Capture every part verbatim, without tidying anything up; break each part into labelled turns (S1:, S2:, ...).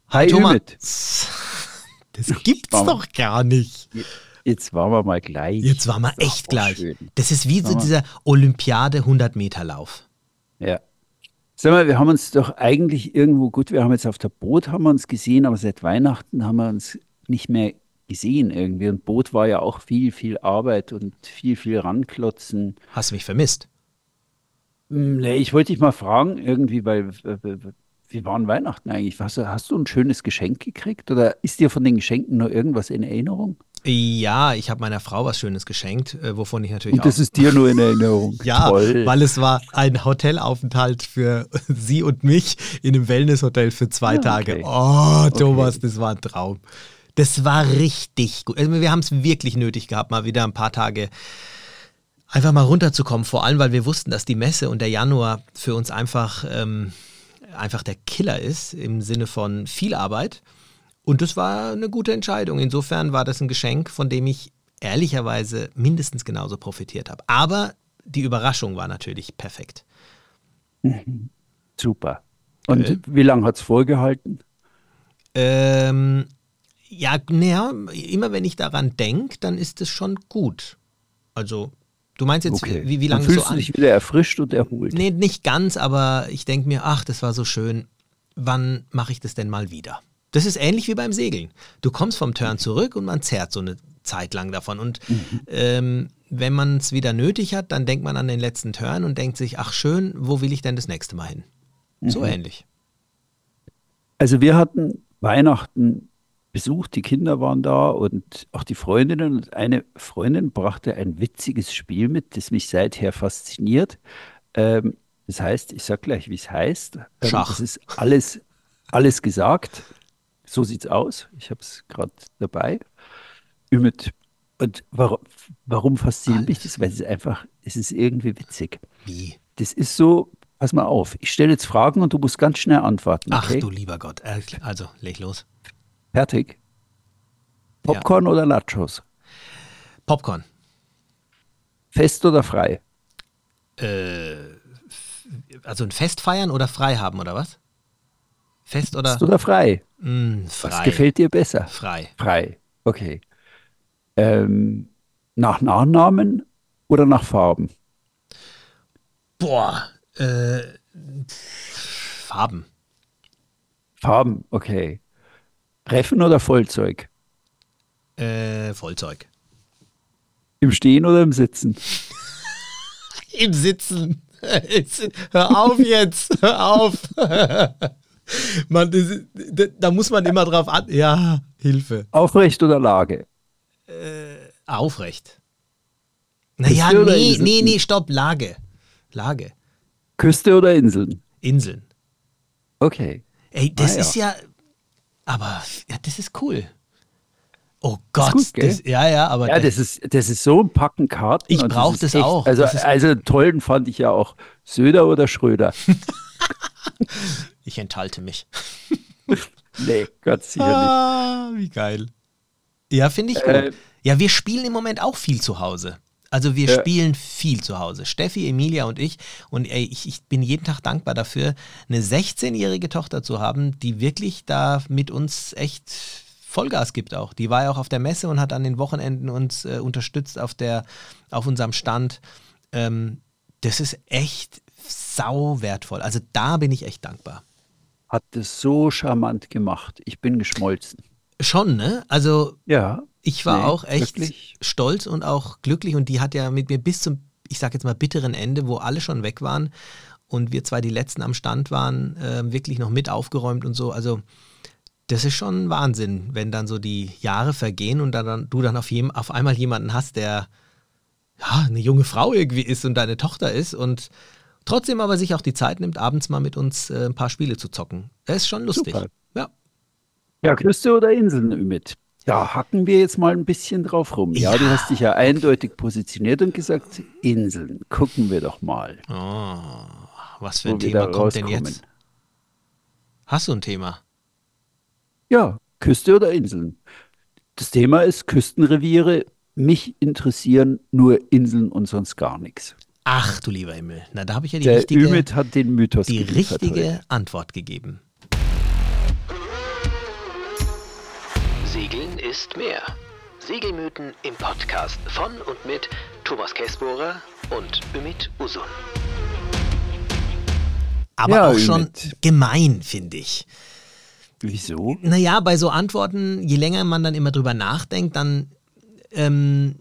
S1: Hi,
S2: Thomas.
S1: Ümit.
S2: Das gibt's doch gar nicht.
S1: Jetzt waren wir mal gleich.
S2: Jetzt waren wir
S1: Das ist
S2: echt
S1: auch
S2: gleich.
S1: schön.
S2: Das ist wie so
S1: Sag mal.
S2: dieser Olympiade hundert Meter Lauf.
S1: Ja. Sag mal, wir haben uns doch eigentlich irgendwo, gut, wir haben jetzt auf der Boot haben wir uns gesehen, aber seit Weihnachten haben wir uns nicht mehr gesehen irgendwie. Und Boot war ja auch viel, viel Arbeit und viel, viel ranklotzen.
S2: Hast du mich vermisst?
S1: Hm, Nee, ich wollte dich mal fragen, irgendwie, weil, äh, äh, wie war denn Weihnachten eigentlich? Hast du, hast du ein schönes Geschenk gekriegt oder ist dir von den Geschenken noch irgendwas in Erinnerung?
S2: Ja, ich habe meiner Frau was Schönes geschenkt, äh, wovon ich natürlich
S1: Und das
S2: auch...
S1: ist dir nur in Erinnerung.
S2: Ja,
S1: Toll.
S2: weil es war ein Hotelaufenthalt für sie und mich in einem Wellnesshotel für zwei
S1: Ah,
S2: Tage.
S1: okay.
S2: Oh, Thomas,
S1: Okay.
S2: das war ein Traum. Das war richtig gut. Also wir haben es wirklich nötig gehabt, mal wieder ein paar Tage einfach mal runterzukommen. Vor allem, weil wir wussten, dass die Messe und der Januar für uns einfach, ähm, einfach der Killer ist, im Sinne von viel Arbeit. Und das war eine gute Entscheidung. Insofern war das ein Geschenk, von dem ich ehrlicherweise mindestens genauso profitiert habe. Aber die Überraschung war natürlich perfekt.
S1: Super.
S2: Gell?
S1: Und wie lange hat es vorgehalten?
S2: Ähm, ja, naja, immer wenn ich daran denke, dann ist es schon gut. Also, du meinst jetzt,
S1: Okay.
S2: wie, wie
S1: Dann
S2: lange es so
S1: fühlst du
S2: an...
S1: dich wieder erfrischt und erholt.
S2: Nee, nicht ganz, aber ich denke mir, ach, das war so schön. Wann mache ich das denn mal wieder? Das ist ähnlich wie beim Segeln. Du kommst vom Turn zurück und man zerrt so eine Zeit lang davon. Und ähm, wenn man es wieder nötig hat, dann denkt man an den letzten Turn und denkt sich, ach schön, wo will ich denn das nächste Mal hin? So ähnlich.
S1: Also wir hatten Weihnachten Besuch, die Kinder waren da und auch die Freundinnen. Und eine Freundin brachte ein witziges Spiel mit, das mich seither fasziniert. Ähm, das heißt, ich sage gleich, wie es heißt. Ähm,
S2: Schach.
S1: das ist alles, alles gesagt. So sieht's aus. Ich habe es gerade dabei. Ümit. Und warum, warum fasziniert mich
S2: Alles.
S1: das? Weil es ist einfach, es ist irgendwie witzig.
S2: Wie?
S1: Das ist so, pass mal auf, ich stelle jetzt Fragen und du musst ganz schnell antworten,
S2: Ach
S1: okay?
S2: du lieber Gott. Äh, Also, leg los.
S1: Fertig?
S2: Ja.
S1: Popcorn oder Nachos?
S2: Popcorn.
S1: Fest oder frei?
S2: Äh, also ein Fest feiern oder frei haben, oder was? Fest oder
S1: Fest oder frei?
S2: mh,
S1: Was
S2: frei?
S1: gefällt dir besser?
S2: Frei.
S1: Frei, okay. Ähm, nach Nachnamen oder nach Farben?
S2: Boah. Äh, Farben.
S1: Farben, okay. Treffen oder Vollzeug?
S2: Äh, Vollzeug.
S1: Im Stehen oder im Sitzen?
S2: Im Sitzen. Hör auf jetzt. Hör auf. Man, das, ist- da muss man immer drauf an. Ja, Hilfe.
S1: Aufrecht oder Lage?
S2: Aufrecht. Naja,
S1: Küste oder
S2: nee,
S1: Inseln?
S2: nee, nee, stopp. Lage. Lage.
S1: Küste oder Inseln?
S2: Inseln.
S1: Okay.
S2: Ey, das
S1: Ah, ja.
S2: ist ja. Aber ja, das ist cool. Oh
S1: Ist
S2: Gott.
S1: gut, gell?
S2: das, ja, ja, aber
S1: Ja,
S2: das,
S1: das ist, das ist so ein Packen Karten.
S2: Ich
S1: und
S2: brauch
S1: ist
S2: das
S1: echt,
S2: auch.
S1: Also,
S2: Das ist-
S1: also einen tollen fand ich ja auch Söder oder Schröder.
S2: ich enthalte mich.
S1: Nee, ganz sicher
S2: Ah, wie geil. Ja, finde ich gut.
S1: Äh,
S2: Ja, wir spielen im Moment auch viel zu Hause. Also wir
S1: Ja.
S2: spielen viel zu Hause. Steffi, Emilia und ich. Und ey, ich, ich bin jeden Tag dankbar dafür, eine sechzehnjährige Tochter zu haben, die wirklich da mit uns echt Vollgas gibt auch. Die war ja auch auf der Messe und hat an den Wochenenden uns äh, unterstützt auf, der, auf unserem Stand. Ähm, das ist echt sau wertvoll. Also da bin ich echt dankbar.
S1: hat das so charmant gemacht. Ich bin geschmolzen.
S2: Schon, ne? Also
S1: Ja,
S2: ich war
S1: nee,
S2: auch echt
S1: wirklich.
S2: stolz und auch glücklich und die hat ja mit mir bis zum, ich sag jetzt mal, bitteren Ende, wo alle schon weg waren und wir zwei die Letzten am Stand waren, äh, wirklich noch mit aufgeräumt und so. Also das ist schon Wahnsinn, wenn dann so die Jahre vergehen und dann, du dann auf, jem, auf einmal jemanden hast, der ja eine junge Frau irgendwie ist und deine Tochter ist und trotzdem aber sich auch die Zeit nimmt, abends mal mit uns äh, ein paar Spiele zu zocken. Das ist schon lustig.
S1: Super.
S2: Ja.
S1: Ja, Küste oder Inseln, Ümit? Da hacken wir jetzt mal ein bisschen drauf rum. Ja, du
S2: Ja,
S1: hast dich ja eindeutig positioniert und gesagt, Inseln. Gucken wir doch mal,
S2: Oh, was für
S1: wo
S2: ein
S1: wir
S2: Thema
S1: da
S2: kommt denn
S1: rauskommen.
S2: jetzt? Hast du ein Thema?
S1: Ja, Küste oder Inseln? Das Thema ist Küstenreviere. Mich interessieren nur Inseln und sonst gar nichts.
S2: Ach du lieber Himmel. Na, da habe ich ja die
S1: Der
S2: richtige,
S1: Ümit hat den Mythos
S2: die
S1: geliefert
S2: richtige
S1: heute.
S2: Antwort gegeben.
S3: Segeln ist mehr. Segelmythen im Podcast von und mit Thomas Kässbohrer und Ümit Usun.
S2: Aber
S1: Ja,
S2: auch schon
S1: Ümit.
S2: gemein, finde ich.
S1: Wieso?
S2: Naja, bei so Antworten, je länger man dann immer drüber nachdenkt, dann, ähm,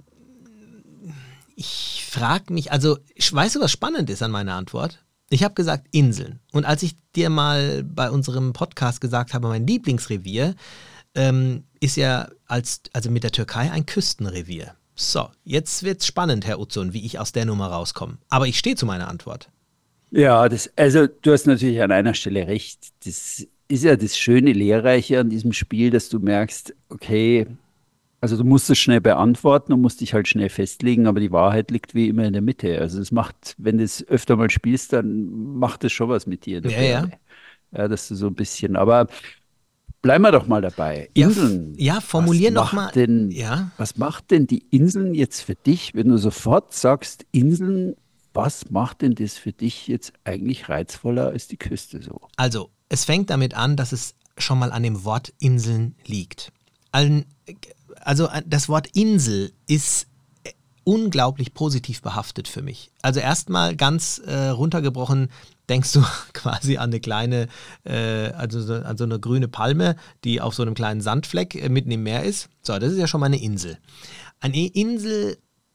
S2: ich frage mich, also, weißt du, was spannend ist an meiner Antwort? Ich habe gesagt Inseln. Und als ich dir mal bei unserem Podcast gesagt habe, mein Lieblingsrevier ähm, ist ja als, also mit der Türkei ein Küstenrevier. So, jetzt wird's spannend, Herr Utzon, wie ich aus der Nummer rauskomme. Aber ich stehe zu meiner Antwort.
S1: Ja, das, also du hast natürlich an einer Stelle recht. Das ist ja das schöne, Lehrreiche an diesem Spiel, dass du merkst, okay, also du musst es schnell beantworten und musst dich halt schnell festlegen, aber die Wahrheit liegt wie immer in der Mitte. Also es macht, wenn du es öfter mal spielst, dann macht es schon was mit dir in der
S2: Ja, ja.
S1: Birne. Ja, dass du so ein bisschen, aber bleiben wir doch mal dabei.
S2: Ja, f-
S1: Inseln.
S2: ja, formulier
S1: was
S2: noch
S1: macht
S2: mal-
S1: Denn,
S2: ja.
S1: Was macht denn die Inseln jetzt für dich, wenn du sofort sagst, Inseln, was macht denn das für dich jetzt eigentlich reizvoller als die Küste so?
S2: Also, es fängt damit an, dass es schon mal an dem Wort Inseln liegt. Ein, also das Wort Insel ist unglaublich positiv behaftet für mich. Also erstmal ganz äh, runtergebrochen, denkst du quasi an eine kleine, äh, also so, an so eine grüne Palme, die auf so einem kleinen Sandfleck äh, mitten im Meer ist. So, das ist ja schon mal eine Insel. Eine Insel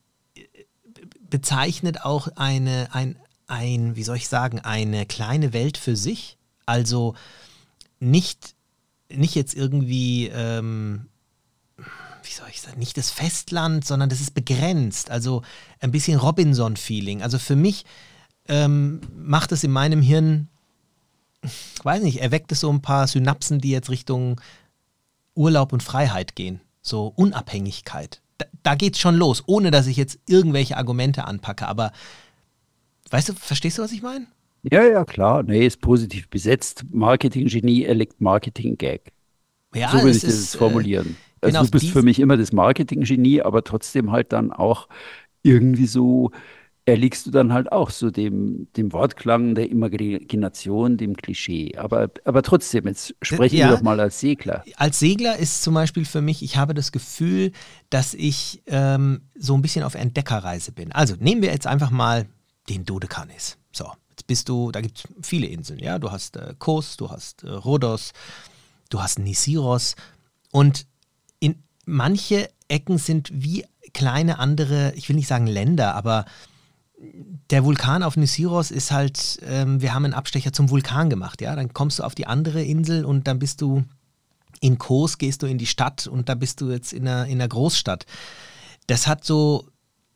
S2: bezeichnet auch eine, ein, ein, wie soll ich sagen, eine kleine Welt für sich. Also nicht, nicht jetzt irgendwie, ähm, wie soll ich sagen, nicht das Festland, sondern das ist begrenzt. Also ein bisschen Robinson-Feeling. Also für mich ähm, macht es in meinem Hirn, weiß nicht, erweckt es so ein paar Synapsen, die jetzt Richtung Urlaub und Freiheit gehen. So Unabhängigkeit. Da, da geht's schon los, ohne dass ich jetzt irgendwelche Argumente anpacke. Aber weißt du, verstehst du, was ich meine?
S1: Ja, ja, klar. Nee, ist positiv besetzt. Marketing-Genie erlegt Marketing-Gag.
S2: Ja,
S1: So würde
S2: es
S1: ich das
S2: ist,
S1: jetzt formulieren.
S2: äh, bin
S1: Also
S2: auf
S1: du bist
S2: dies-
S1: für mich immer das Marketing-Genie, aber trotzdem halt dann auch irgendwie so, erliegst du dann halt auch so dem, dem Wortklang, der Imagination, dem Klischee. Aber, aber trotzdem, jetzt sprechen wir
S2: ja.
S1: doch mal als Segler.
S2: Als Segler ist zum Beispiel für mich, ich habe das Gefühl, dass ich ähm, so ein bisschen auf Entdeckerreise bin. Also nehmen wir jetzt einfach mal den Dodekanis. So, jetzt bist du, da gibt es viele Inseln, ja. Du hast äh, Kos, du hast äh, Rhodos, du hast Nisyros und in manche Ecken sind wie kleine andere, ich will nicht sagen Länder, aber der Vulkan auf Nisyros ist halt, ähm, wir haben einen Abstecher zum Vulkan gemacht, ja. Dann kommst du auf die andere Insel und dann bist du in Kos, gehst du in die Stadt und da bist du jetzt in einer, in einer Großstadt. Das hat so,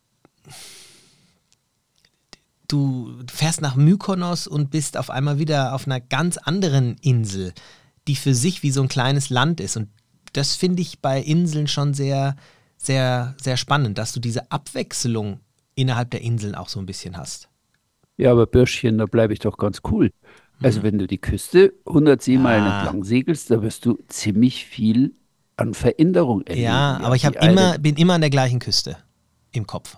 S2: du fährst nach Mykonos und bist auf einmal wieder auf einer ganz anderen Insel, die für sich wie so ein kleines Land ist. Und das finde ich bei Inseln schon sehr, sehr, sehr spannend, dass du diese Abwechslung innerhalb der Inseln auch so ein bisschen hast.
S1: Ja, aber Bürschchen, da bleibe ich doch ganz cool. Also wenn du die Küste hundert Seemeilen
S2: Ja.
S1: entlang segelst, da wirst du ziemlich viel an Veränderung erleben.
S2: Ja, aber ich hab
S1: die eine-
S2: immer, bin immer an der gleichen Küste im Kopf.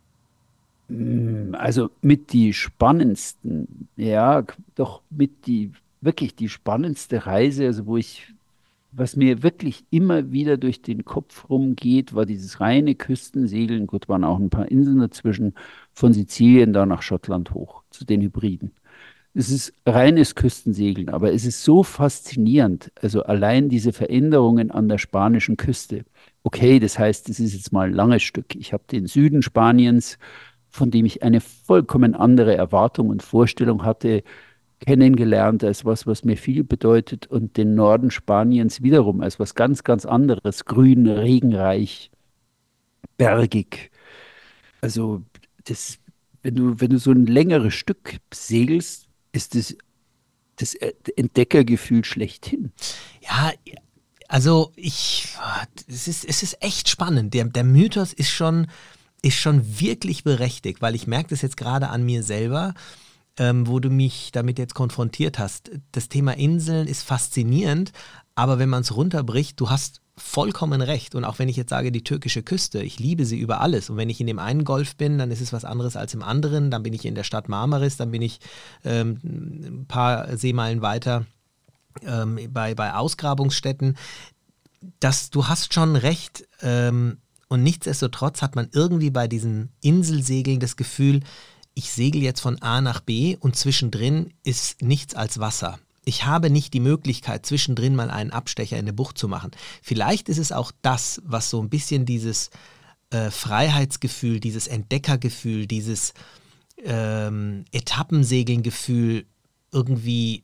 S1: Also mit die spannendsten, ja, doch mit die, wirklich die spannendste Reise, also wo ich, was mir wirklich immer wieder durch den Kopf rumgeht, war dieses reine Küstensegeln. Gut, waren auch ein paar Inseln dazwischen, von Sizilien da nach Schottland hoch, zu den Hybriden. Es ist reines Küstensegeln, aber es ist so faszinierend. Also allein diese Veränderungen an der spanischen Küste. Okay, das heißt, es ist jetzt mal ein langes Stück. Ich habe den Süden Spaniens, von dem ich eine vollkommen andere Erwartung und Vorstellung hatte, kennengelernt als was, was mir viel bedeutet, und den Norden Spaniens wiederum als was ganz, ganz anderes. Grün, regenreich, bergig. Also das, wenn du, wenn du so ein längeres Stück segelst, ist das das Entdeckergefühl schlechthin.
S2: Ja, also ich, es ist, es ist echt spannend. Der, der Mythos ist schon, ist schon wirklich berechtigt, weil ich merke das jetzt gerade an mir selber, ähm, wo du mich damit jetzt konfrontiert hast. Das Thema Inseln ist faszinierend, aber wenn man es runterbricht, du hast vollkommen recht. Und auch wenn ich jetzt sage, die türkische Küste, ich liebe sie über alles. Und wenn ich in dem einen Golf bin, dann ist es was anderes als im anderen. Dann bin ich in der Stadt Marmaris, dann bin ich ähm, ein paar Seemeilen weiter ähm, bei, bei Ausgrabungsstätten. das, du hast schon recht. Ähm, und nichtsdestotrotz hat man irgendwie bei diesen Inselsegeln das Gefühl, ich segel jetzt von A nach B und zwischendrin ist nichts als Wasser. Ich habe nicht die Möglichkeit, zwischendrin mal einen Abstecher in eine Bucht zu machen. Vielleicht ist es auch das, was so ein bisschen dieses äh, Freiheitsgefühl, dieses Entdeckergefühl, dieses ähm, Etappensegeln-Gefühl irgendwie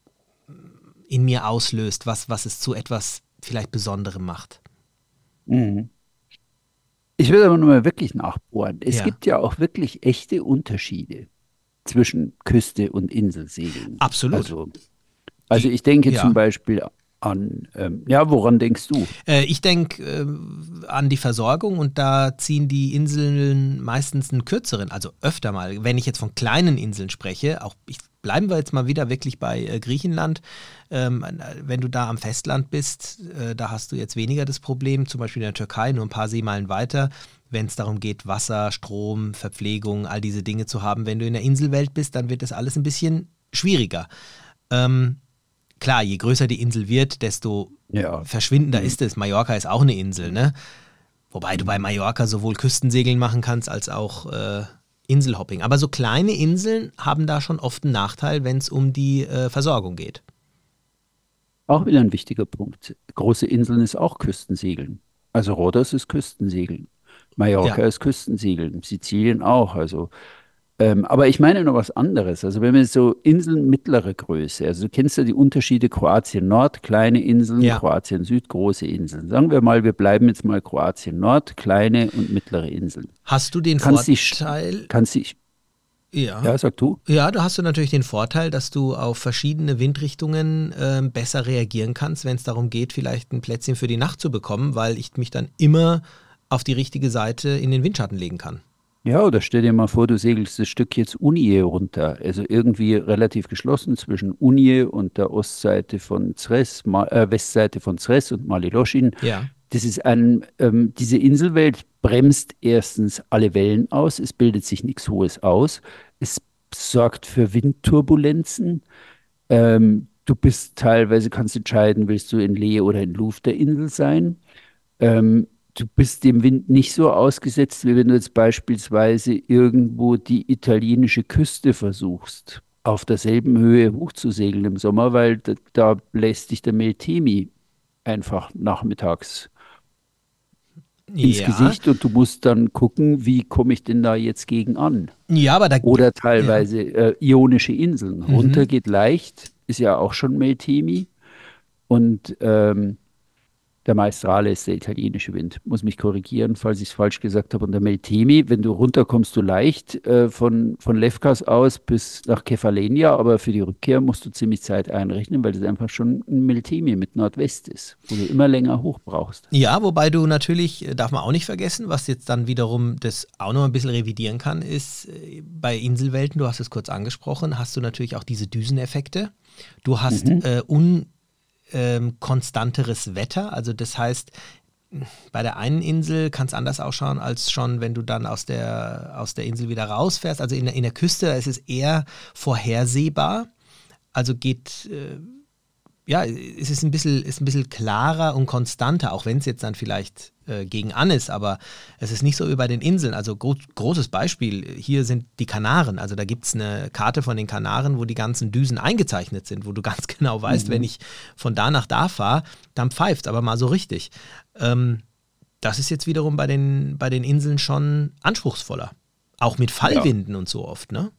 S2: in mir auslöst, was, was es zu etwas vielleicht Besonderem macht.
S1: Mhm. Ich will aber nochmal wirklich nachbohren. Es
S2: Ja.
S1: gibt ja auch wirklich echte Unterschiede zwischen Küste und Inselsegeln.
S2: Absolut.
S1: Also, also
S2: Die-
S1: ich denke
S2: ja.
S1: zum Beispiel an, ähm, ja, woran denkst du?
S2: Äh, ich denke äh, an die Versorgung und da ziehen die Inseln meistens einen kürzeren, also öfter mal. Wenn ich jetzt von kleinen Inseln spreche, auch ich, bleiben wir jetzt mal wieder wirklich bei äh, Griechenland. Ähm, wenn du da am Festland bist, äh, da hast du jetzt weniger das Problem, zum Beispiel in der Türkei, nur ein paar Seemeilen weiter, wenn es darum geht, Wasser, Strom, Verpflegung, all diese Dinge zu haben. Wenn du in der Inselwelt bist, dann wird das alles ein bisschen schwieriger. Ähm, Klar, je größer die Insel wird, desto
S1: Ja.
S2: verschwindender
S1: Mhm.
S2: ist es. Mallorca ist auch eine Insel, ne? Wobei du bei Mallorca sowohl Küstensegeln machen kannst, als auch äh, Inselhopping. Aber so kleine Inseln haben da schon oft einen Nachteil, wenn es um die äh, Versorgung geht.
S1: Auch wieder ein wichtiger Punkt. Große Inseln ist auch Küstensegeln. Also Rhodos ist Küstensegeln. Mallorca
S2: Ja.
S1: ist Küstensegeln. Sizilien auch. Also, ähm, aber ich meine noch was anderes. Also wenn wir so Inseln mittlerer Größe, also du kennst ja die Unterschiede Kroatien Nord, kleine Inseln,
S2: Ja.
S1: Kroatien Süd, große Inseln. Sagen wir mal, wir bleiben jetzt mal Kroatien Nord, kleine und mittlere Inseln.
S2: Hast du den
S1: Kannst dich,
S2: Vorteil?
S1: kannst dich,
S2: Ja.
S1: ja, sag du?
S2: Ja, da hast du natürlich den Vorteil, dass du auf verschiedene Windrichtungen ähm, besser reagieren kannst, wenn es darum geht, vielleicht ein Plätzchen für die Nacht zu bekommen, weil ich mich dann immer auf die richtige Seite in den Windschatten legen kann.
S1: Ja, oder stell dir mal vor, du segelst das Stück jetzt Unije runter. Also irgendwie relativ geschlossen zwischen Unije und der Ostseite von Zres, Ma äh, Westseite von Zres und Maliloschin.
S2: Ja.
S1: Das ist ein, ähm, diese Inselwelt bremst erstens alle Wellen aus, es bildet sich nichts Hohes aus, es sorgt für Windturbulenzen. Ähm, du bist teilweise, kannst entscheiden, willst du in Lee oder in Luft der Insel sein. Ähm, du bist dem Wind nicht so ausgesetzt, wie wenn du jetzt beispielsweise irgendwo die italienische Küste versuchst, auf derselben Höhe hochzusegeln im Sommer, weil da, da bläst dich der Meltemi einfach nachmittags ins
S2: Ja.
S1: Gesicht und du musst dann gucken, wie komme ich denn da jetzt gegen an?
S2: Ja, aber da
S1: Oder teilweise äh, ionische Inseln.
S2: Mhm.
S1: Runter geht leicht, ist ja auch schon Meltemi. Und ähm, der Maestrale ist der italienische Wind. Muss mich korrigieren, falls ich es falsch gesagt habe. Und der Meltemi, wenn du runter kommst, du leicht äh, von, von Lefkas aus bis nach Kefalonia, aber für die Rückkehr musst du ziemlich Zeit einrechnen, weil das einfach schon ein Meltemi mit Nordwest ist, wo du immer länger hoch brauchst.
S2: Ja, wobei du natürlich, äh, darf man auch nicht vergessen, was jetzt dann wiederum das auch noch ein bisschen revidieren kann, ist äh, bei Inselwelten, du hast es kurz angesprochen, hast du natürlich auch diese Düseneffekte. Du hast
S1: Mhm.
S2: äh, un, ähm, konstanteres Wetter, also das heißt, bei der einen Insel kann es anders ausschauen, als schon, wenn du dann aus der, aus der Insel wieder rausfährst. Also in der, in der Küste, da ist es eher vorhersehbar, also geht... Äh, ja, es ist ein bisschen, ist ein bisschen klarer und konstanter, auch wenn es jetzt dann vielleicht äh, gegen an ist, aber es ist nicht so wie bei den Inseln. Also gro großes Beispiel, hier sind die Kanaren. Also da gibt es eine Karte von den Kanaren, wo die ganzen Düsen eingezeichnet sind, wo du ganz genau weißt,
S1: Mhm.
S2: wenn ich von da nach da fahre, dann pfeift aber mal so richtig. Ähm, das ist jetzt wiederum bei den, bei den Inseln schon anspruchsvoller. Auch mit Fallwinden und so oft, ne?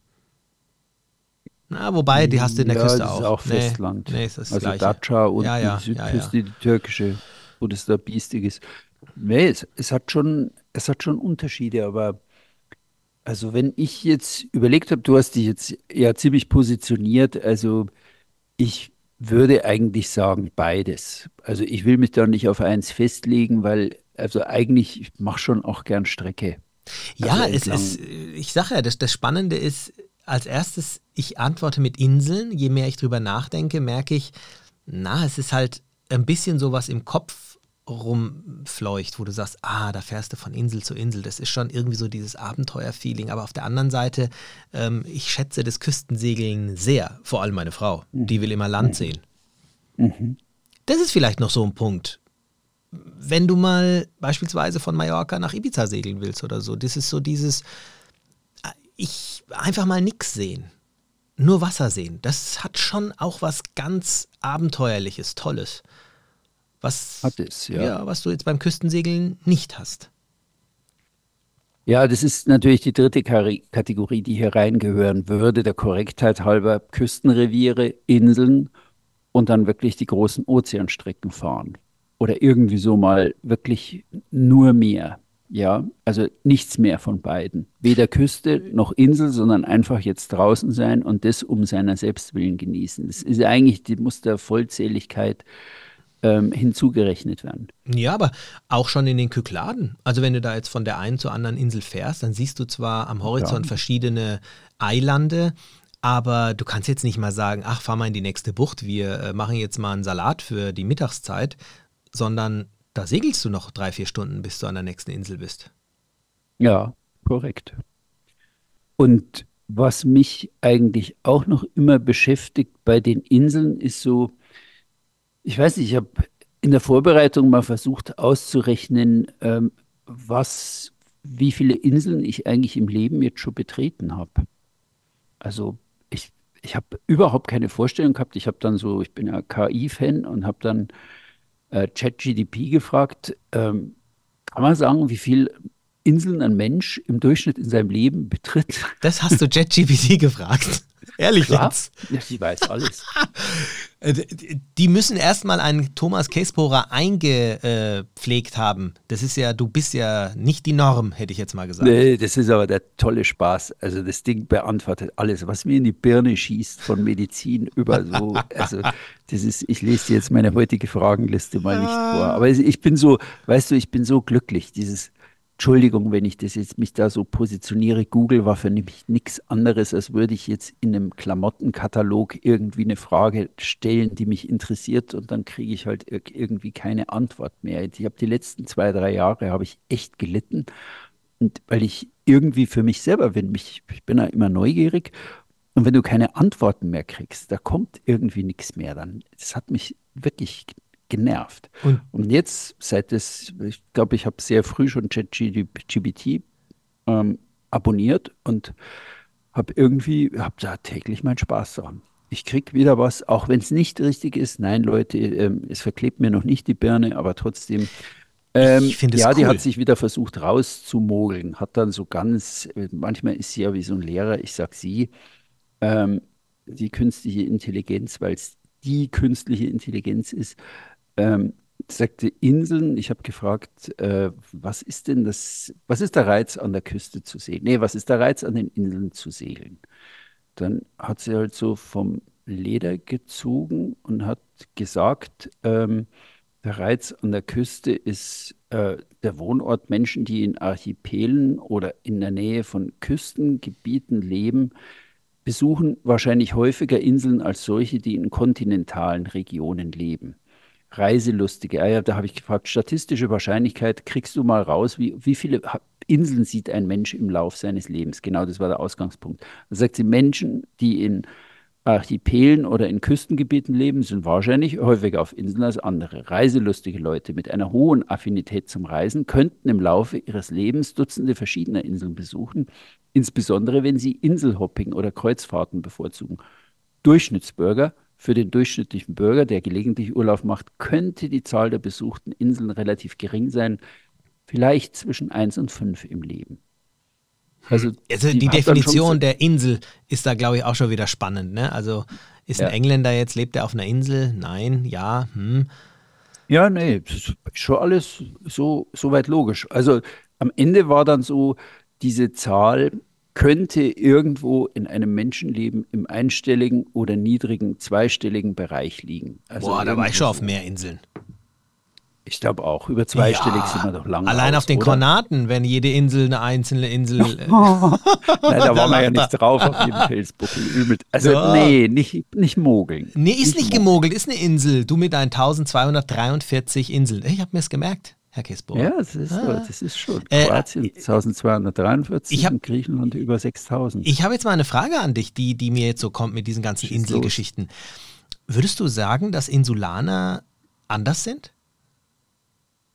S2: Na, wobei, die hast du in der
S1: Ja,
S2: Küste
S1: das
S2: auch.
S1: ist auch
S2: Nee,
S1: Festland.
S2: Nee, ist das
S1: Also
S2: Gleiche.
S1: Datça und
S2: Ja, ja,
S1: die
S2: ja,
S1: Südküste, die türkische, wo das da biestig ist. Nee, es, es hat schon, es hat schon Unterschiede, aber also wenn ich jetzt überlegt habe, du hast dich jetzt ja ziemlich positioniert, also ich würde eigentlich sagen beides. Also ich will mich da nicht auf eins festlegen, weil also eigentlich, ich mache schon auch gern Strecke.
S2: Ja,
S1: Also
S2: es
S1: entlang.
S2: ist, ich sage ja, das, das Spannende ist, als erstes, ich antworte mit Inseln. Je mehr ich drüber nachdenke, merke ich, na, es ist halt ein bisschen sowas im Kopf rumfleucht, wo du sagst, ah, da fährst du von Insel zu Insel. Das ist schon irgendwie so dieses Abenteuerfeeling. Aber auf der anderen Seite, ähm, ich schätze das Küstensegeln sehr. Vor allem meine Frau. Die will immer Land sehen.
S1: Mhm.
S2: Das ist vielleicht noch so ein Punkt. wenn du mal beispielsweise von Mallorca nach Ibiza segeln willst oder so, das ist so dieses, ich einfach mal nichts sehen, nur Wasser sehen. Das hat schon auch was ganz Abenteuerliches, Tolles. Was,
S1: Hat es, ja.
S2: ja, was du jetzt beim Küstensegeln nicht hast.
S1: Ja, das ist natürlich die dritte Kari- Kategorie, die hier reingehören würde, der Korrektheit halber Küstenreviere, Inseln und dann wirklich die großen Ozeanstrecken fahren. Oder irgendwie so mal wirklich nur Meer. Ja, also nichts mehr von beiden. Weder Küste noch Insel, sondern einfach jetzt draußen sein und das um seiner selbst willen genießen. Das ist eigentlich, die muss der Vollzähligkeit ähm, hinzugerechnet werden.
S2: Ja, aber auch schon in den Kykladen. Also wenn du da jetzt von der einen zur anderen Insel fährst, dann siehst du zwar am Horizont
S1: Ja.
S2: verschiedene Eilande, aber du kannst jetzt nicht mal sagen, ach, fahr mal in die nächste Bucht, wir äh, machen jetzt mal einen Salat für die Mittagszeit, sondern da segelst du noch drei, vier Stunden, bis du an der nächsten Insel bist.
S1: Ja, korrekt. Und was mich eigentlich auch noch immer beschäftigt bei den Inseln, ist so, ich weiß nicht, ich habe in der Vorbereitung mal versucht auszurechnen, ähm, was, wie viele Inseln ich eigentlich im Leben jetzt schon betreten habe. Also ich, ich habe überhaupt keine Vorstellung gehabt. Ich habe dann so, ich bin ja K I-Fan und habe dann äh, ChatGPT gefragt, ähm, kann man sagen, wie viele Inseln ein Mensch im Durchschnitt in seinem Leben betritt?
S2: Das hast du ChatGPT gefragt. Ehrlich
S1: Klar,
S2: jetzt?
S1: ja, die weiß alles.
S2: Äh, d- Die müssen erstmal einen Thomas Käsbohrer eingepflegt haben. Das ist ja, du bist ja nicht die Norm, hätte ich jetzt mal gesagt.
S1: Nee, das ist aber der tolle Spaß. Also das Ding beantwortet alles, was mir in die Birne schießt von Medizin über so. Also das ist, ich lese dir jetzt meine heutige Fragenliste mal nicht vor. Aber ich bin so, weißt du, ich bin so glücklich. Dieses, Entschuldigung, wenn ich das jetzt mich da so positioniere, Google war für mich nichts anderes, als würde ich jetzt in einem Klamottenkatalog irgendwie eine Frage stellen, die mich interessiert und dann kriege ich halt ir- irgendwie keine Antwort mehr. Ich habe die letzten zwei, drei Jahre habe ich echt gelitten. Und weil ich irgendwie für mich selber bin, mich, ich bin ja immer neugierig. Und wenn du keine Antworten mehr kriegst, da kommt irgendwie nichts mehr. Dann, das hat mich wirklich genervt.
S2: Und
S1: Und jetzt, seit es, ich glaube, ich habe sehr früh schon ChatGPT ähm, abonniert und habe irgendwie, habe da täglich meinen Spaß dran. Ich kriege wieder was, auch wenn es nicht richtig ist. Nein, Leute, ähm, es verklebt mir noch nicht die Birne, aber trotzdem. Ähm,
S2: ich finde es
S1: ja, die
S2: cool.
S1: hat sich wieder versucht rauszumogeln, hat dann so ganz, äh, manchmal ist sie ja wie so ein Lehrer, ich sag sie, ähm, die künstliche Intelligenz, weil es die künstliche Intelligenz ist, ähm, sagte Inseln. Ich habe gefragt, äh, was ist denn das, was ist der Reiz an der Küste zu segeln? Nee, was ist der Reiz an den Inseln zu segeln? Dann hat sie halt so vom Leder gezogen und hat gesagt, ähm, der Reiz an der Küste ist äh, der Wohnort. Menschen, die in Archipelen oder in der Nähe von Küstengebieten leben, besuchen wahrscheinlich häufiger Inseln als solche, die in kontinentalen Regionen leben. Reiselustige, ah ja, da habe ich gefragt, statistische Wahrscheinlichkeit, kriegst du mal raus, wie, wie viele ha- Inseln sieht ein Mensch im Lauf seines Lebens? Genau, das war der Ausgangspunkt. Da sagt sie, Menschen, die in Archipelen oder in Küstengebieten leben, sind wahrscheinlich häufiger auf Inseln als andere. Reiselustige Leute mit einer hohen Affinität zum Reisen könnten im Laufe ihres Lebens Dutzende verschiedener Inseln besuchen, insbesondere wenn sie Inselhopping oder Kreuzfahrten bevorzugen. Durchschnittsbürger, für den durchschnittlichen Bürger, der gelegentlich Urlaub macht, könnte die Zahl der besuchten Inseln relativ gering sein, vielleicht zwischen eins und fünf im Leben. Also
S2: Also
S1: die
S2: die
S1: hat dann schon
S2: Definition
S1: so,
S2: der Insel ist da, glaube ich, auch schon wieder spannend. Ne? Also ist ein
S1: ja.
S2: Engländer jetzt, lebt er auf einer Insel? Nein, ja, hm.
S1: Ja, nee, das ist schon alles so, so weit logisch. Also am Ende war dann so, diese Zahl könnte irgendwo in einem Menschenleben im einstelligen oder niedrigen zweistelligen Bereich liegen. Also
S2: Boah, da war ich
S1: irgendwo
S2: schon auf
S1: so.
S2: mehr Inseln.
S1: Ich glaube auch, über zweistellig sind wir
S2: Ja,
S1: doch lang
S2: allein
S1: raus,
S2: auf den
S1: oder?
S2: Kornaten, wenn jede Insel eine einzelne Insel. äh,
S1: Nein, da waren wir ja
S2: lacht er.
S1: nicht drauf auf dem Felsbuckel. Übel. Also
S2: Ja.
S1: nee, nicht, nicht mogeln.
S2: Nee, ist nicht
S1: mogeln.
S2: gemogelt, ist eine Insel. Du mit deinen eintausendzweihundertdreiundvierzig Inseln. Ich habe mir es gemerkt, Herr Käsbohrer.
S1: Ja, das ist, so,
S2: Ah.
S1: das ist schon.
S2: Äh,
S1: Kroatien eintausendzweihundertdreiundvierzig
S2: ich hab-
S1: und Griechenland über sechstausend.
S2: Ich habe jetzt mal eine Frage an dich, die, die mir jetzt so kommt mit diesen ganzen
S1: Schieß
S2: Inselgeschichten. Würdest du sagen, dass Insulaner anders sind?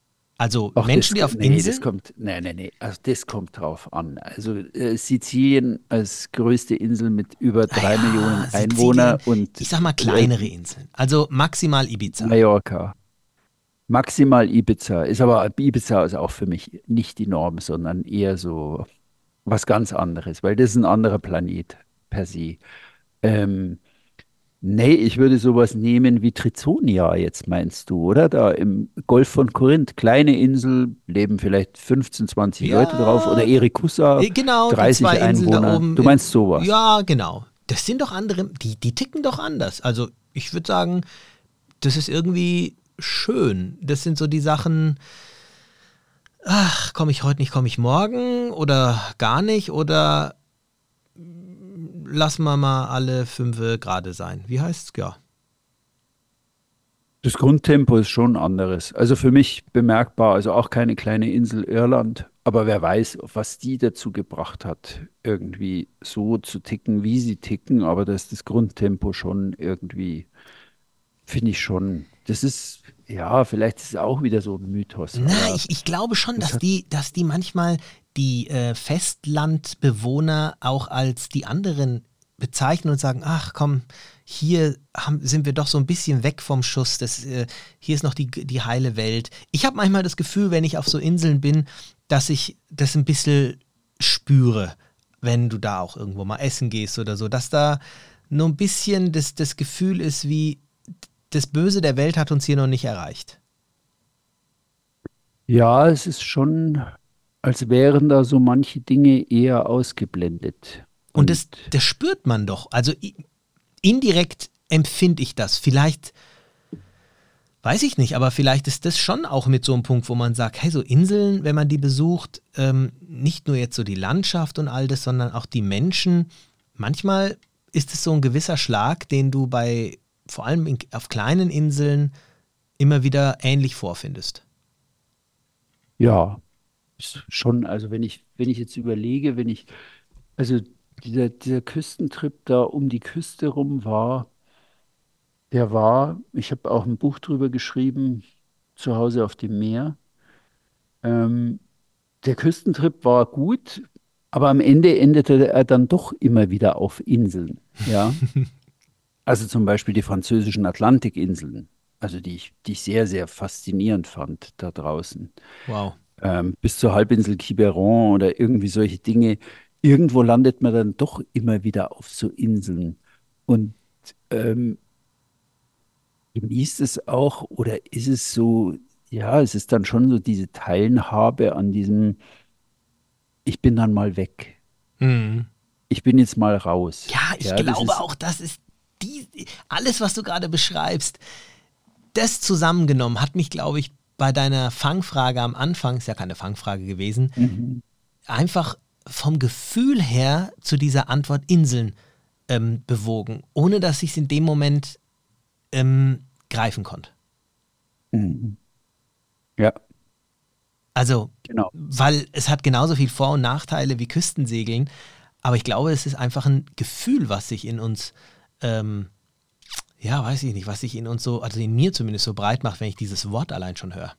S2: Also
S1: Ach,
S2: Menschen,
S1: das,
S2: die auf
S1: nee,
S2: Inseln.
S1: das kommt, nee, nee, nee, also das kommt drauf an. Also äh, Sizilien als größte Insel mit über drei Millionen
S2: Naja,
S1: Einwohner
S2: Sizilien,
S1: und
S2: ich sag mal
S1: äh,
S2: kleinere Inseln. Also maximal Ibiza.
S1: Mallorca. Maximal Ibiza. Ist aber Ibiza ist auch für mich nicht die Norm, sondern eher so was ganz anderes, weil das ist ein anderer Planet per se. Ähm, Nee, ich würde sowas nehmen wie Trizonia jetzt, meinst du, oder? Da im Golf von Korinth, kleine Insel, leben vielleicht fünfzehn, zwanzig Leute drauf. Oder
S2: Ja,
S1: Erikussa,
S2: äh, genau, die zwei
S1: dreißig
S2: Inseln da
S1: Einwohner.
S2: oben.
S1: Du
S2: In,
S1: meinst sowas?
S2: ja, genau. Das sind doch andere, die, die ticken doch anders. Also ich würde sagen, das ist irgendwie schön. Das sind so die Sachen, ach, komme ich heute nicht, komme ich morgen oder gar nicht oder lassen wir mal alle fünf gerade sein. Wie heißt's? Ja.
S1: Das Grundtempo ist schon anderes. Also für mich bemerkbar, also auch keine kleine Insel Irland. Aber wer weiß, was die dazu gebracht hat, irgendwie so zu ticken, wie sie ticken. Aber das ist das Grundtempo schon irgendwie, finde ich schon. Das ist, ja, vielleicht ist es auch wieder so ein Mythos,
S2: Na,
S1: aber
S2: ich, ich glaube schon,
S1: das
S2: dass
S1: hat,
S2: die, dass die manchmal die äh, Festlandbewohner auch als die anderen bezeichnen und sagen, ach komm, hier haben, sind wir doch so ein bisschen weg vom Schuss, das, äh, hier ist noch die, die heile Welt. Ich habe manchmal das Gefühl, wenn ich auf so Inseln bin, dass ich das ein bisschen spüre, wenn du da auch irgendwo mal essen gehst oder so, dass da nur ein bisschen das, das Gefühl ist, wie das Böse der Welt hat uns hier noch nicht erreicht.
S1: ja, es ist schon, als wären da so manche Dinge eher ausgeblendet.
S2: Und
S1: Und
S2: das, das spürt man doch. Also i- indirekt empfinde ich das. Vielleicht, weiß ich nicht, aber vielleicht ist das schon auch mit so einem Punkt, wo man sagt, hey, so Inseln, wenn man die besucht, ähm, nicht nur jetzt so die Landschaft und all das, sondern auch die Menschen. Manchmal ist es so ein gewisser Schlag, den du bei, vor allem in, auf kleinen Inseln, immer wieder ähnlich vorfindest.
S1: ja, ist schon, also wenn ich, wenn ich jetzt überlege, wenn ich, also dieser, dieser Küstentrip da um die Küste rum war, der war, ich habe auch ein Buch drüber geschrieben, zu Hause auf dem Meer. Ähm, Der Küstentrip war gut, aber am Ende endete er dann doch immer wieder auf Inseln. Ja, also zum Beispiel die französischen Atlantikinseln, also die ich, die ich sehr, sehr faszinierend fand da draußen.
S2: Wow.
S1: Ähm, bis zur Halbinsel Quiberon oder irgendwie solche Dinge. Irgendwo landet man dann doch immer wieder auf so Inseln und ähm, genießt es auch oder ist es so, ja, es ist dann schon so diese Teilhabe an diesem, ich bin dann mal weg.
S2: Mhm.
S1: Ich bin jetzt mal raus.
S2: Ja, ich
S1: Ja, das
S2: glaube
S1: ist,
S2: auch, das ist die, alles, was du gerade beschreibst, das zusammengenommen hat mich, glaube ich, bei deiner Fangfrage am Anfang, ist ja keine Fangfrage gewesen,
S1: mhm.
S2: einfach vom Gefühl her zu dieser Antwort Inseln ähm, bewogen, ohne dass ich es in dem Moment ähm, greifen konnte.
S1: Mhm. Ja,
S2: Also,
S1: genau.
S2: weil es hat genauso viel Vor- und Nachteile wie Küstensegeln, aber ich glaube, es ist einfach ein Gefühl, was sich in uns, ähm, ja, weiß ich nicht, was sich in uns so, also in mir zumindest so breit macht, wenn ich dieses Wort allein schon höre.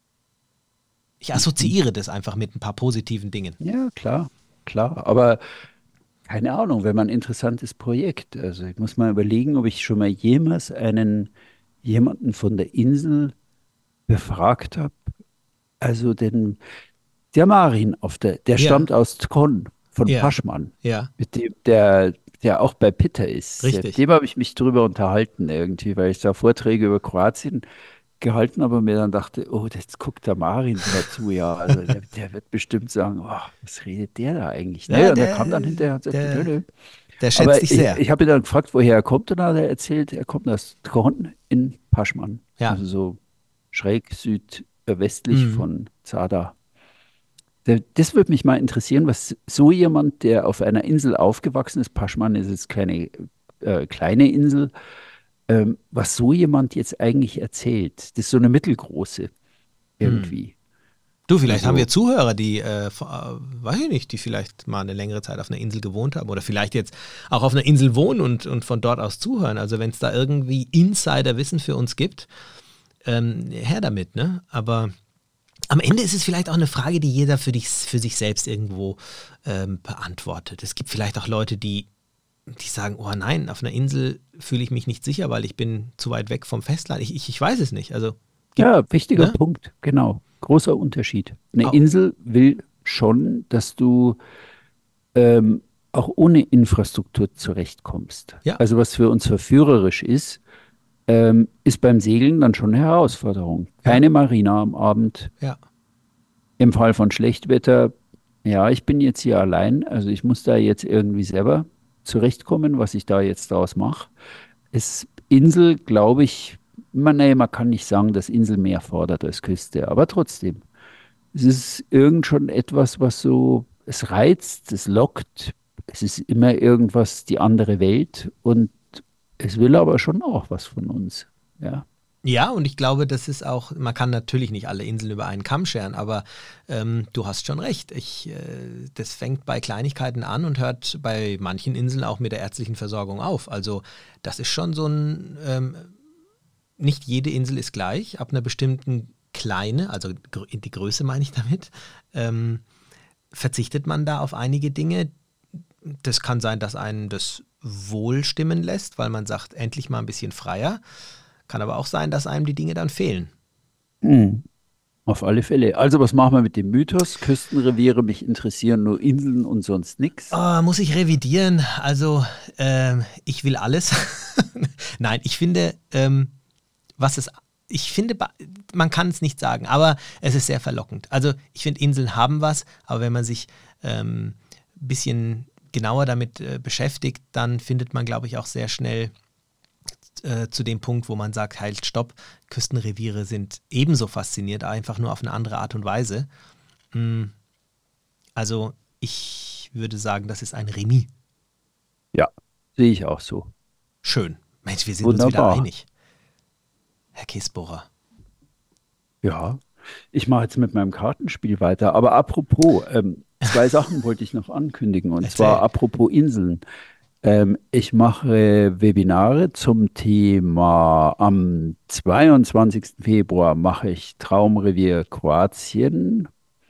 S2: Ich assoziiere das einfach mit ein paar positiven Dingen.
S1: Ja, klar, klar. Aber keine Ahnung, wenn man ein interessantes Projekt. Also ich muss mal überlegen, ob ich schon mal jemals einen jemanden von der Insel befragt habe. Also den, der Marin auf der, der
S2: Ja,
S1: stammt aus Tkon von
S2: ja,
S1: Paschman,
S2: ja,
S1: mit dem, der, der auch bei Pitta ist. Mit
S2: richtig.
S1: dem habe ich mich drüber unterhalten irgendwie, weil ich da Vorträge über Kroatien gehalten habe und mir dann dachte, oh, jetzt guckt der Marin wieder zu, ja. Also der, der wird bestimmt sagen, oh, was redet der da eigentlich? Ne?
S2: Ja,
S1: Und er
S2: der,
S1: kam dann hinterher und sagte, nö,
S2: der,
S1: nö.
S2: der schätzt
S1: Aber
S2: dich
S1: ich,
S2: sehr.
S1: ich habe ihn dann gefragt, woher er kommt, und dann hat er erzählt, er kommt aus Tkon in Paschman,
S2: Ja.
S1: also so schräg südwestlich
S2: Mhm.
S1: von Zadar. Da- Das würde mich mal interessieren, was so jemand, der auf einer Insel aufgewachsen ist, Paschman ist jetzt keine äh, kleine Insel, ähm, was so jemand jetzt eigentlich erzählt. Das ist so eine mittelgroße
S2: Mhm.
S1: irgendwie.
S2: Du, vielleicht haben wir
S1: Also,
S2: Zuhörer, die, äh, vor- äh, weiß ich nicht, die vielleicht mal eine längere Zeit auf einer Insel gewohnt haben oder vielleicht jetzt auch auf einer Insel wohnen und, und von dort aus zuhören. Also wenn es da irgendwie Insiderwissen für uns gibt, ähm, her damit, ne? Aber Am Ende ist es vielleicht auch eine Frage, die jeder für, dich, für sich selbst irgendwo ähm, beantwortet. Es gibt vielleicht auch Leute, die, die sagen, oh nein, auf einer Insel fühle ich mich nicht sicher, weil ich bin zu weit weg vom Festland. Ich, ich, ich weiß es nicht. Also, gibt,
S1: Ja, wichtiger
S2: ne?
S1: Punkt, genau. Großer Unterschied. Eine
S2: Au-
S1: Insel will schon, dass du ähm, auch ohne Infrastruktur zurechtkommst.
S2: Ja,
S1: Also was für uns verführerisch ist, ähm, ist beim Segeln dann schon eine Herausforderung.
S2: ja,
S1: Keine Marina am Abend.
S2: ja.
S1: Im Fall von Schlechtwetter, ja, ich bin jetzt hier allein, also ich muss da jetzt irgendwie selber zurechtkommen, was ich da jetzt daraus mache. Es Insel, glaube ich, man, nee, man kann nicht sagen, dass Insel mehr fordert als Küste, aber trotzdem. Es ist irgend schon etwas, was so, es reizt, es lockt, es ist immer irgendwas, die andere Welt und es will aber schon auch was von uns. Ja,
S2: Ja, und ich glaube, das ist auch, man kann natürlich nicht alle Inseln über einen Kamm scheren, aber ähm, du hast schon recht. Ich, äh, das fängt bei Kleinigkeiten an und hört bei manchen Inseln auch mit der ärztlichen Versorgung auf. Also das ist schon so ein, ähm, nicht jede Insel ist gleich, ab einer bestimmten Kleine, also gr- die Größe meine ich damit, ähm, verzichtet man da auf einige Dinge. Das kann sein, dass einen das wohl stimmen lässt, weil man sagt, endlich mal ein bisschen freier. Kann aber auch sein, dass einem die Dinge dann fehlen.
S1: mhm. Auf alle Fälle. Also was machen wir mit dem Mythos? Küstenreviere, mich interessieren nur Inseln und sonst nichts.
S2: Ah, muss ich revidieren? Also, ähm, ich will alles. Nein, ich finde, ähm, was es, ich finde, ba- man kann es nicht sagen, aber es ist sehr verlockend. Also, ich finde, Inseln haben was, aber wenn man sich ein ähm, bisschen genauer damit äh, beschäftigt, dann findet man, glaube ich, auch sehr schnell äh, zu dem Punkt, wo man sagt, halt, stopp, Küstenreviere sind ebenso fasziniert, einfach nur auf eine andere Art und Weise. Mm, Also ich würde sagen, das ist ein Remis.
S1: Ja, sehe ich auch so.
S2: Schön. Mensch, wir sind uns wieder
S1: Wunderbar.
S2: einig. Herr Käsbohrer.
S1: Ja, ich mache jetzt mit meinem Kartenspiel weiter. Aber apropos, ähm, zwei Sachen wollte ich noch ankündigen. Und zwar
S2: Erzähl.
S1: apropos Inseln. Ähm, ich mache Webinare zum Thema. Am zweiundzwanzigsten Februar mache ich Traumrevier Kroatien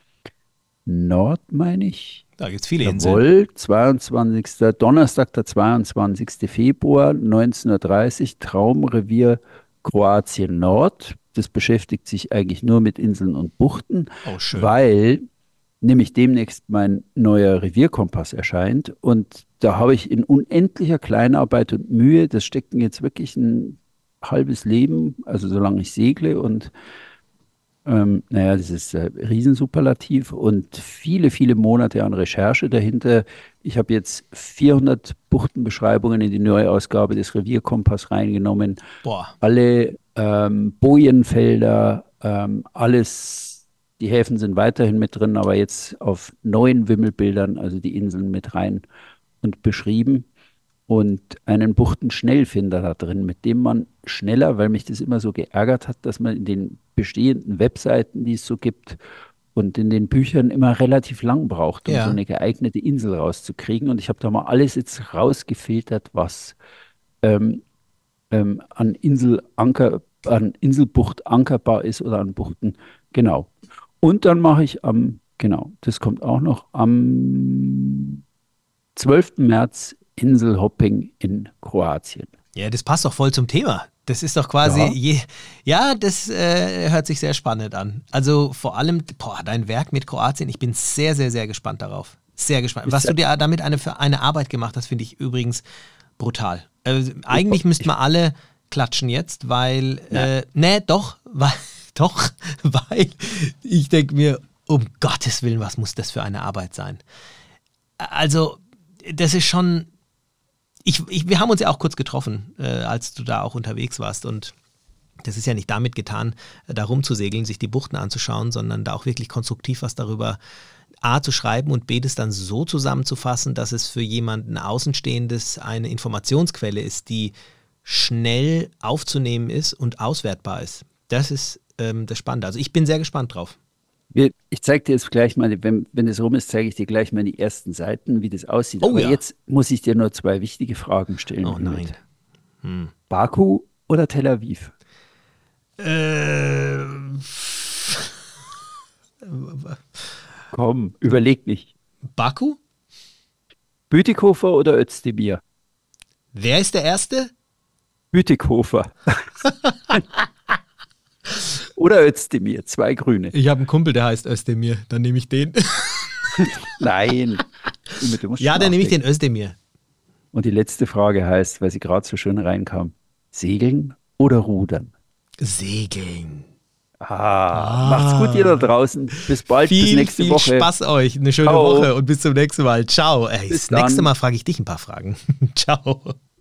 S1: Nord, meine ich.
S2: Da gibt es viele Inseln.
S1: Jawohl, zweiundzwanzigsten Donnerstag, der zweiundzwanzigsten Februar, neunzehn Uhr dreißig, Traumrevier Kroatien Nord. Das beschäftigt sich eigentlich nur mit Inseln und Buchten,
S2: Oh, schön.
S1: weil nämlich demnächst mein neuer Revierkompass erscheint. Und da habe ich in unendlicher Kleinarbeit und Mühe, das steckt mir jetzt wirklich ein halbes Leben, also solange ich segle und ähm, naja, das ist äh, Riesensuperlativ und viele, viele Monate an Recherche dahinter. Ich habe jetzt vierhundert Buchtenbeschreibungen in die Neuausgabe des Revierkompass reingenommen.
S2: Boah.
S1: Alle ähm, Bojenfelder, ähm, alles, die Häfen sind weiterhin mit drin, aber jetzt auf neuen Wimmelbildern, also die Inseln mit rein und beschrieben und einen Buchtenschnellfinder da drin, mit dem man schneller, weil mich das immer so geärgert hat, dass man in den bestehenden Webseiten, die es so gibt, und in den Büchern immer relativ lang braucht, um so
S2: Ja.
S1: eine geeignete Insel rauszukriegen. Und ich habe da mal alles jetzt rausgefiltert, was ähm, ähm, an Inselanker, an Inselbucht ankerbar ist oder an Buchten. Genau. Und dann mache ich am, genau, das kommt auch noch, am zwölften März Inselhopping in Kroatien.
S2: Ja, das passt doch voll zum Thema. Das ist doch quasi,
S1: Ja,
S2: je, ja, das äh, hört sich sehr spannend an. Also vor allem, boah, dein Werk mit Kroatien, ich bin sehr, sehr, sehr gespannt darauf. Sehr gespannt. Was
S1: ist
S2: du dir damit eine, für eine Arbeit gemacht hast, finde ich übrigens brutal. Äh, eigentlich müssten
S1: ich,
S2: wir alle klatschen jetzt, weil,
S1: na,
S2: äh, nee, doch, weil, doch, weil ich denke mir, um Gottes Willen, was muss das für eine Arbeit sein? Also, das ist schon, ich, ich, wir haben uns ja auch kurz getroffen, äh, als du da auch unterwegs warst und das ist ja nicht damit getan, äh, da rumzusegeln, sich die Buchten anzuschauen, sondern da auch wirklich konstruktiv was darüber A zu schreiben und B das dann so zusammenzufassen, dass es für jemanden Außenstehendes eine Informationsquelle ist, die schnell aufzunehmen ist und auswertbar ist. Das ist ähm, das Spannende. Also ich bin sehr gespannt drauf.
S1: wir, ich zeige dir jetzt gleich mal, wenn, wenn es rum ist, zeige ich dir gleich mal die ersten Seiten, wie das aussieht.
S2: Oh
S1: Aber
S2: ja.
S1: jetzt muss ich dir nur zwei wichtige Fragen stellen.
S2: Oh nein.
S1: Ümit.
S2: Hm.
S1: Baku oder Tel Aviv?
S2: Äh,
S1: Komm, überleg nicht.
S2: Baku?
S1: Bütikofer oder Özdemir?
S2: Wer ist der Erste?
S1: Bütikofer. Oder Özdemir, zwei Grüne.
S2: Ich habe einen Kumpel, der heißt Özdemir. Dann nehme ich den.
S1: Nein. Du musst
S2: Ja,
S1: schon
S2: dann nehme ich den
S1: nachdenken.
S2: Özdemir.
S1: Und die letzte Frage heißt, weil sie gerade so schön reinkam, Segeln oder Rudern?
S2: Segeln.
S1: Ah, macht's gut, ihr da draußen. Bis bald, bis
S2: Viel,
S1: nächste
S2: viel
S1: Woche.
S2: Spaß euch. Eine schöne
S1: Ciao.
S2: Woche und bis zum nächsten Mal. Ciao. Ey,
S1: Bis
S2: das nächste
S1: dann.
S2: Mal frage ich dich ein paar Fragen. Ciao.